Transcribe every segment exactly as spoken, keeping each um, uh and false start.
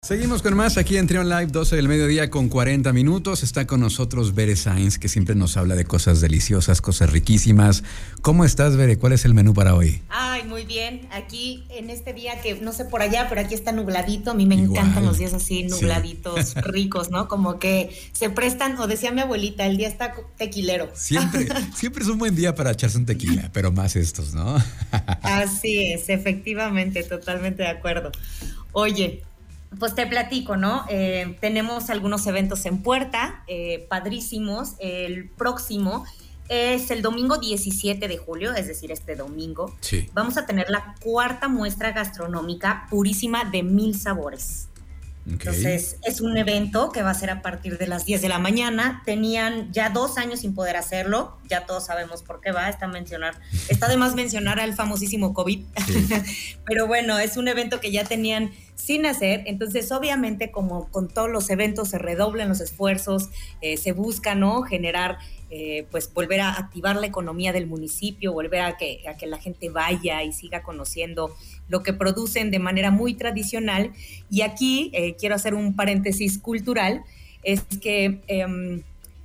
Seguimos con más aquí en Trion Live, doce del mediodía con cuarenta minutos. Está con nosotros Bere Sainz, que siempre nos habla de cosas deliciosas, cosas riquísimas. ¿Cómo estás, Bere? ¿Cuál es el menú para hoy? Ay, muy bien. Aquí en este día que no sé por allá, pero aquí está nubladito. A mí me Igual. encantan los días así, nubladitos, sí. ricos, ¿no? Como que se prestan, o decía mi abuelita, el día está tequilero. Siempre, siempre es un buen día para echarse un tequila, pero más estos, ¿no? Así es, efectivamente, totalmente de acuerdo. Oye, pues te platico, ¿no? Eh, tenemos algunos eventos en puerta, eh, padrísimos. El próximo es el domingo diecisiete de julio, es decir, este domingo. Sí. Vamos a tener la cuarta muestra gastronómica purísima de Mil Sabores. Okay. Entonces, es un evento que va a ser a partir de las diez de la mañana. Tenían ya dos años sin poder hacerlo. Ya todos sabemos por qué va. Está, mencionar, está de más mencionar al famosísimo COVID. Sí. Pero bueno, es un evento que ya tenían sin hacer. Entonces, obviamente, como con todos los eventos, se redoblan los esfuerzos, eh, se busca, ¿no?, generar, eh, pues, volver a activar la economía del municipio, volver a que, a que la gente vaya y siga conociendo lo que producen de manera muy tradicional. Y aquí eh, quiero hacer un paréntesis cultural, es que eh,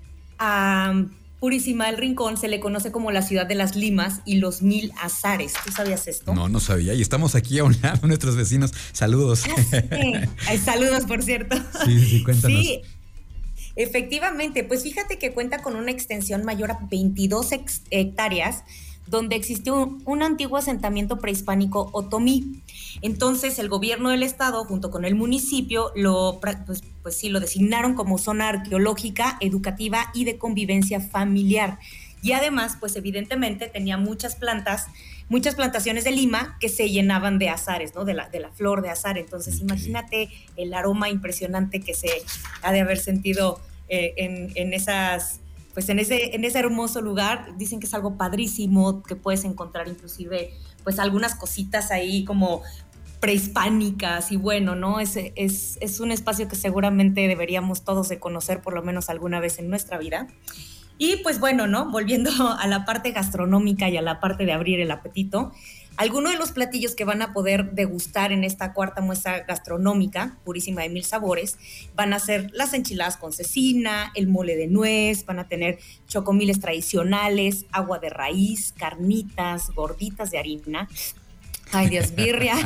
a Purísima del Rincón se le conoce como la ciudad de las limas y los mil azares. ¿Tú sabías esto? No, no sabía. Y estamos aquí a un lado, nuestros vecinos. Saludos. Ah, sí. Ay, saludos, por cierto. Sí, sí, cuéntanos. Sí. Efectivamente, pues fíjate que cuenta con una extensión mayor a veintidós hectáreas, donde existió un, un antiguo asentamiento prehispánico otomí. Entonces el gobierno del estado junto con el municipio lo, pues, pues sí, lo designaron como zona arqueológica, educativa y de convivencia familiar. Y además, pues evidentemente tenía muchas plantas, muchas plantaciones de lima que se llenaban de azares, ¿no? De la, de la flor de azar. Entonces okay. Imagínate el aroma impresionante que se ha de haber sentido eh, en, en esas... pues en ese, en ese hermoso lugar. Dicen que es algo padrísimo, que puedes encontrar inclusive pues algunas cositas ahí como prehispánicas y bueno, ¿no? Es, es, es un espacio que seguramente deberíamos todos de conocer por lo menos alguna vez en nuestra vida. Y pues bueno, ¿no? Volviendo a la parte gastronómica y a la parte de abrir el apetito, algunos de los platillos que van a poder degustar en esta cuarta muestra gastronómica, Purísima de Mil Sabores, van a ser las enchiladas con cecina, el mole de nuez, van a tener chocomiles tradicionales, agua de raíz, carnitas, gorditas de harina, ay Dios, birria,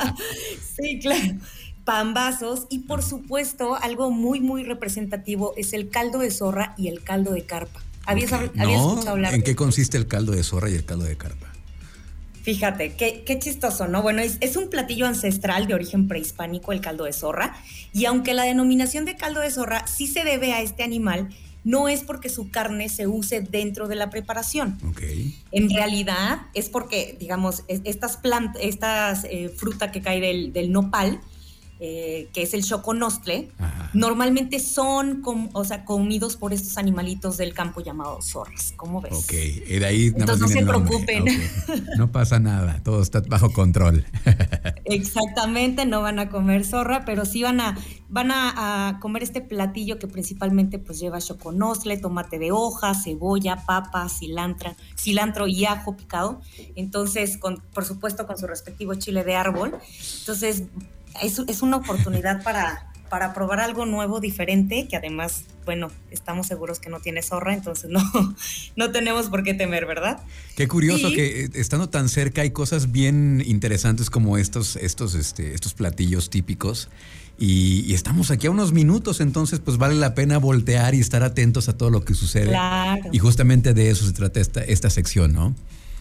sí, claro, pambazos y por supuesto algo muy muy representativo es el caldo de zorra y el caldo de carpa. ¿Habías, okay. ¿habías no, escuchado hablar? ¿En qué consiste el caldo de zorra y el caldo de carpa? Fíjate, qué, qué chistoso, ¿no? Bueno, es, es un platillo ancestral de origen prehispánico, el caldo de zorra, y aunque la denominación de caldo de zorra sí se debe a este animal, no es porque su carne se use dentro de la preparación. Okay. En realidad es porque, digamos, estas plantas, estas eh, fruta que cae del, del nopal, eh, que es el xoconostle, ajá, normalmente son com, o sea, comidos por estos animalitos del campo llamados zorras. ¿Cómo ves? Ok, y de ahí nada Entonces más no se nombre. preocupen. Okay. No pasa nada, todo está bajo control. Exactamente, no van a comer zorra, pero sí van a, van a, a comer este platillo que principalmente pues lleva xoconostle, tomate de hoja, cebolla, papa, cilantro, cilantro y ajo picado. Entonces, con, por supuesto, con su respectivo chile de árbol. Entonces, es, es una oportunidad para, para probar algo nuevo, diferente, que además, bueno, estamos seguros que no tiene zorra, entonces no, no tenemos por qué temer, ¿verdad? Qué curioso y, que estando tan cerca hay cosas bien interesantes como estos, estos, este, estos platillos típicos. Y, y estamos aquí a unos minutos, entonces pues vale la pena voltear y estar atentos a todo lo que sucede. Claro. Y justamente de eso se trata esta, esta sección, ¿no?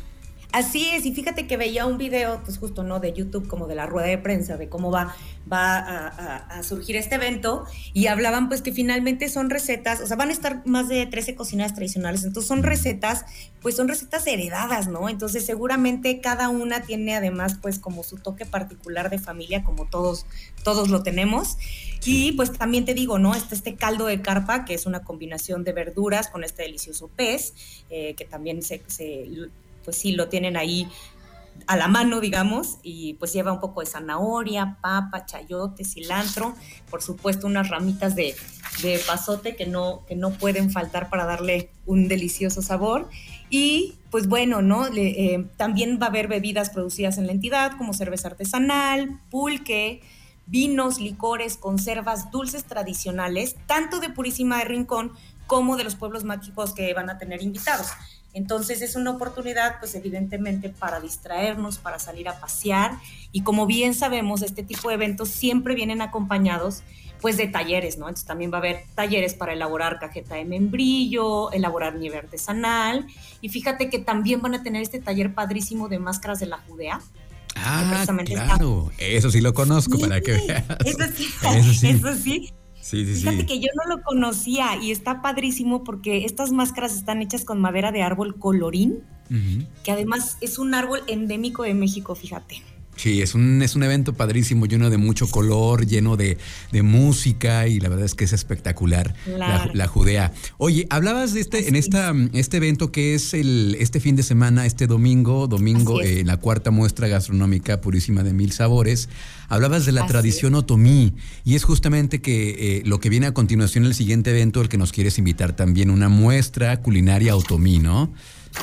Así es, y fíjate que veía un video, pues justo, ¿no?, de YouTube, como de la rueda de prensa, de cómo va, va a, a, a surgir este evento, y hablaban pues que finalmente son recetas, o sea, van a estar más de trece cocinas tradicionales, entonces son recetas, pues son recetas heredadas, ¿no? Entonces seguramente cada una tiene además pues como su toque particular de familia, como todos, todos lo tenemos. Y pues también te digo, ¿no? Está este caldo de carpa, que es una combinación de verduras con este delicioso pez, eh, que también se... se pues sí, lo tienen ahí a la mano, digamos, y pues lleva un poco de zanahoria, papa, chayote, cilantro, por supuesto unas ramitas de, de pasote que no, que no pueden faltar para darle un delicioso sabor. Y pues bueno, ¿no? Le, eh, también va a haber bebidas producidas en la entidad, como cerveza artesanal, pulque, vinos, licores, conservas, dulces tradicionales, tanto de Purísima de Rincón como de los pueblos mágicos que van a tener invitados. Entonces es una oportunidad, pues evidentemente, para distraernos, para salir a pasear, y como bien sabemos, este tipo de eventos siempre vienen acompañados pues de talleres, ¿no? Entonces también va a haber talleres para elaborar cajeta de membrillo, elaborar nieve artesanal, y fíjate que también van a tener este taller padrísimo de máscaras de la Judea. Ah, claro, está... eso sí lo conozco, sí, para que veas. Eso sí, eso sí. Eso sí. Sí, sí, Fíjate sí. que yo no lo conocía y está padrísimo porque estas máscaras están hechas con madera de árbol colorín, uh-huh. que además es un árbol endémico de México, fíjate. Sí, es un, es un evento padrísimo, lleno de mucho color, lleno de, de música, y la verdad es que es espectacular, claro. la, la Judea. Oye, hablabas de este, Así en esta, este evento que es el este fin de semana, este domingo, domingo, en eh, la cuarta muestra gastronómica Purísima de Mil Sabores. Hablabas de la Así tradición es. otomí, y es justamente que eh, lo que viene a continuación, el siguiente evento, el que nos quieres invitar también, una muestra culinaria otomí, ¿no?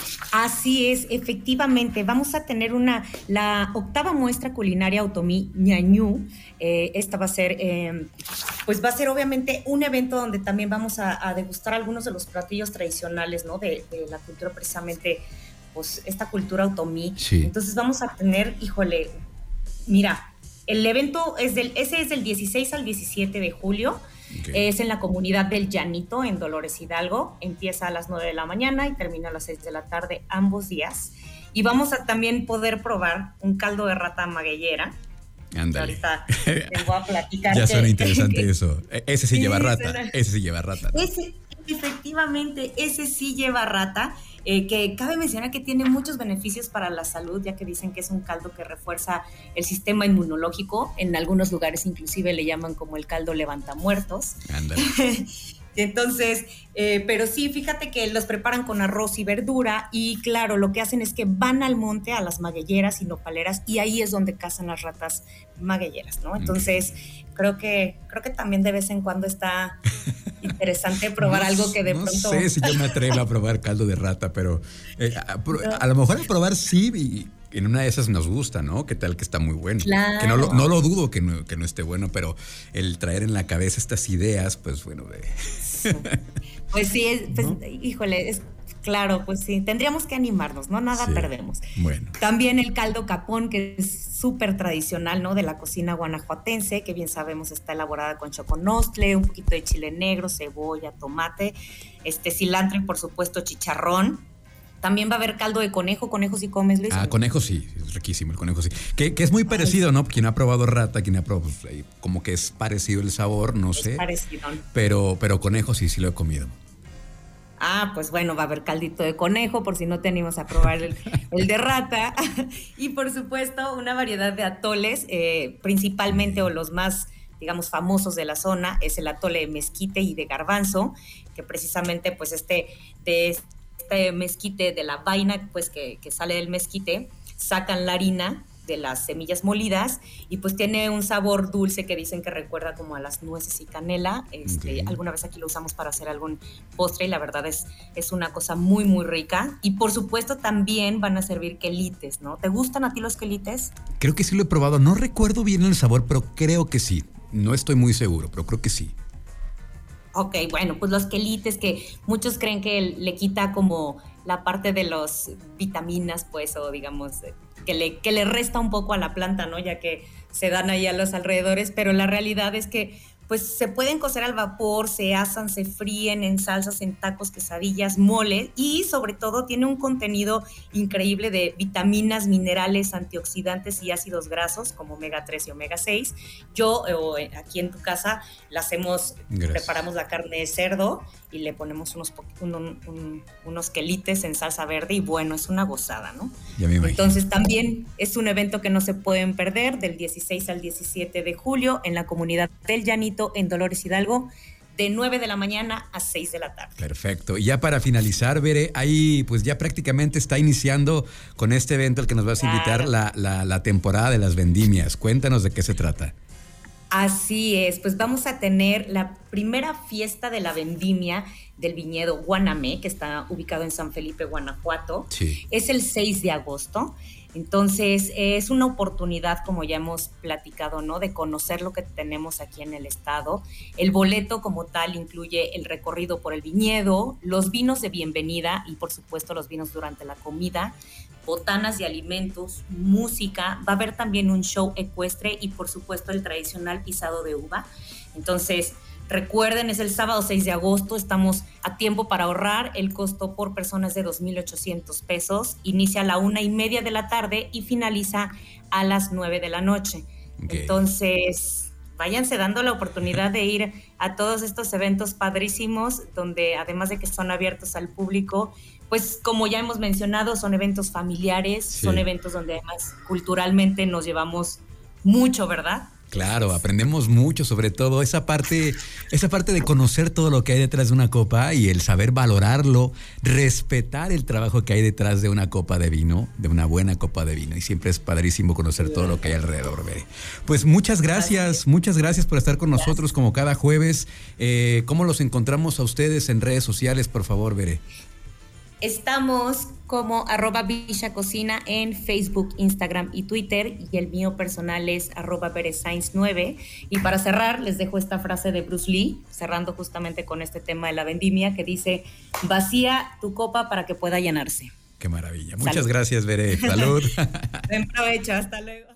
Así es, efectivamente, vamos a tener una, la octava muestra culinaria otomí ñañú. Eh, esta va a ser, eh, pues va a ser obviamente un evento donde también vamos a, a degustar algunos de los platillos tradicionales, ¿no? De, de la cultura precisamente, pues esta cultura otomí. Sí. Entonces vamos a tener, híjole, mira, el evento es del, ese es del dieciséis al diecisiete de julio. Okay. Es en la comunidad del Llanito, en Dolores Hidalgo. Empieza a las nueve de la mañana y termina a las seis de la tarde, ambos días. Y vamos a también poder probar un caldo de rata magueyera. Ándale. Ahorita les voy a platicar. Ya que, suena interesante que, eso. Ese sí, sí lleva rata. Suena, ese sí lleva rata. ¿No? Ese, efectivamente, ese sí lleva rata. Eh, que cabe mencionar que tiene muchos beneficios para la salud, ya que dicen que es un caldo que refuerza el sistema inmunológico. En algunos lugares inclusive le llaman como el caldo levantamuertos. Ándale. Entonces, eh, pero sí, fíjate que los preparan con arroz y verdura, y claro, lo que hacen es que van al monte, a las magueyeras y nopaleras, y ahí es donde cazan las ratas magueyeras, ¿no? Entonces, okay. creo que creo que también de vez en cuando está interesante probar no, algo que de no pronto... No sé si yo me atrevo a probar caldo de rata, pero eh, a, a, a lo mejor a probar sí, y en una de esas nos gusta, ¿no? ¿Qué tal que está muy bueno? Claro. Que no lo, no lo dudo que no, que no esté bueno, pero el traer en la cabeza estas ideas, pues bueno... De... Pues sí, pues, ¿no? Híjole, es... Claro, pues sí, tendríamos que animarnos, ¿no? Nada sí, perdemos. Bueno. También el caldo capón, que es súper tradicional, ¿no? De la cocina guanajuatense, que bien sabemos está elaborada con choconostle, un poquito de chile negro, cebolla, tomate, este cilantro y por supuesto chicharrón. También va a haber caldo de conejo. ¿Conejo sí comes, Luis? Ah, conejo sí, es riquísimo el conejo sí. Que, que es muy parecido, ¿no? Quien ha probado rata, quien ha probado, pues, como que es parecido el sabor, no es sé. Es parecido. Pero, pero conejo sí, sí lo he comido. Ah, pues bueno, va a haber caldito de conejo, por si no te animas a probar el, el de rata. Y por supuesto, una variedad de atoles, eh, principalmente, o los más, digamos, famosos de la zona, es el atole de mezquite y de garbanzo, que precisamente, pues, este, de este mezquite, de la vaina, pues, que, que sale del mezquite, sacan la harina de las semillas molidas, y pues tiene un sabor dulce que dicen que recuerda como a las nueces y canela. Este, okay. Alguna vez aquí lo usamos para hacer algún postre, y la verdad es, es una cosa muy, muy rica. Y por supuesto también van a servir quelites, ¿no? ¿Te gustan a ti los quelites? Creo que sí lo he probado. No recuerdo bien el sabor, pero creo que sí. No estoy muy seguro, pero creo que sí. Ok, bueno, pues los quelites, que muchos creen que le quita como la parte de las vitaminas, pues, o digamos... Que le, que le resta un poco a la planta, ¿no? Ya que se dan ahí a los alrededores, pero la realidad es que pues se pueden cocer al vapor, se asan, se fríen en salsas, en tacos, quesadillas, mole, y sobre todo tiene un contenido increíble de vitaminas, minerales, antioxidantes y ácidos grasos como omega tres y omega seis. Yo, o aquí en tu casa, la hacemos, Gracias. preparamos la carne de cerdo y le ponemos unos, un, un, unos quelites en salsa verde, y bueno, es una gozada, ¿no? Ya me imagino. Entonces también es un evento que no se pueden perder, del dieciséis al diecisiete de julio en la comunidad del Llanito, en Dolores Hidalgo, de nueve de la mañana a seis de la tarde. Perfecto. Y ya para finalizar, Bere, ahí pues ya prácticamente está iniciando con este evento al que nos vas a invitar, claro. la, la, la temporada de las vendimias. Cuéntanos de qué se trata. Así es, pues vamos a tener la primera fiesta de la vendimia del viñedo Guanamé, que está ubicado en San Felipe, Guanajuato. Sí. Es el seis de agosto. Entonces, es una oportunidad, como ya hemos platicado, ¿no? De conocer lo que tenemos aquí en el estado. El boleto como tal incluye el recorrido por el viñedo, los vinos de bienvenida y, por supuesto, los vinos durante la comida, botanas y alimentos, música. Va a haber también un show ecuestre y, por supuesto, el tradicional pisado de uva. Entonces, recuerden, es el sábado seis de agosto, estamos a tiempo para ahorrar. El costo por persona es de dos mil ochocientos pesos, inicia a la una y media de la tarde y finaliza a las nueve de la noche. Okay. Entonces, váyanse dando la oportunidad de ir a todos estos eventos padrísimos, donde además de que son abiertos al público, pues como ya hemos mencionado, son eventos familiares, sí. Son eventos donde además culturalmente nos llevamos mucho, ¿verdad? Claro, aprendemos mucho, sobre todo esa parte, esa parte de conocer todo lo que hay detrás de una copa y el saber valorarlo, respetar el trabajo que hay detrás de una copa de vino, de una buena copa de vino. Y siempre es padrísimo conocer todo lo que hay alrededor, Bere. Pues muchas gracias, muchas gracias por estar con nosotros como cada jueves. Eh, ¿Cómo los encontramos a ustedes en redes sociales, por favor, Bere? Estamos como arroba Villa Cocina en Facebook, Instagram y Twitter, y el mío personal es arroba Beresainz nueve. Y para cerrar, les dejo esta frase de Bruce Lee, cerrando justamente con este tema de la vendimia, que dice: vacía tu copa para que pueda llenarse. Qué maravilla. Muchas Salud. Gracias, Bere. Salud. Buen provecho. Hasta luego.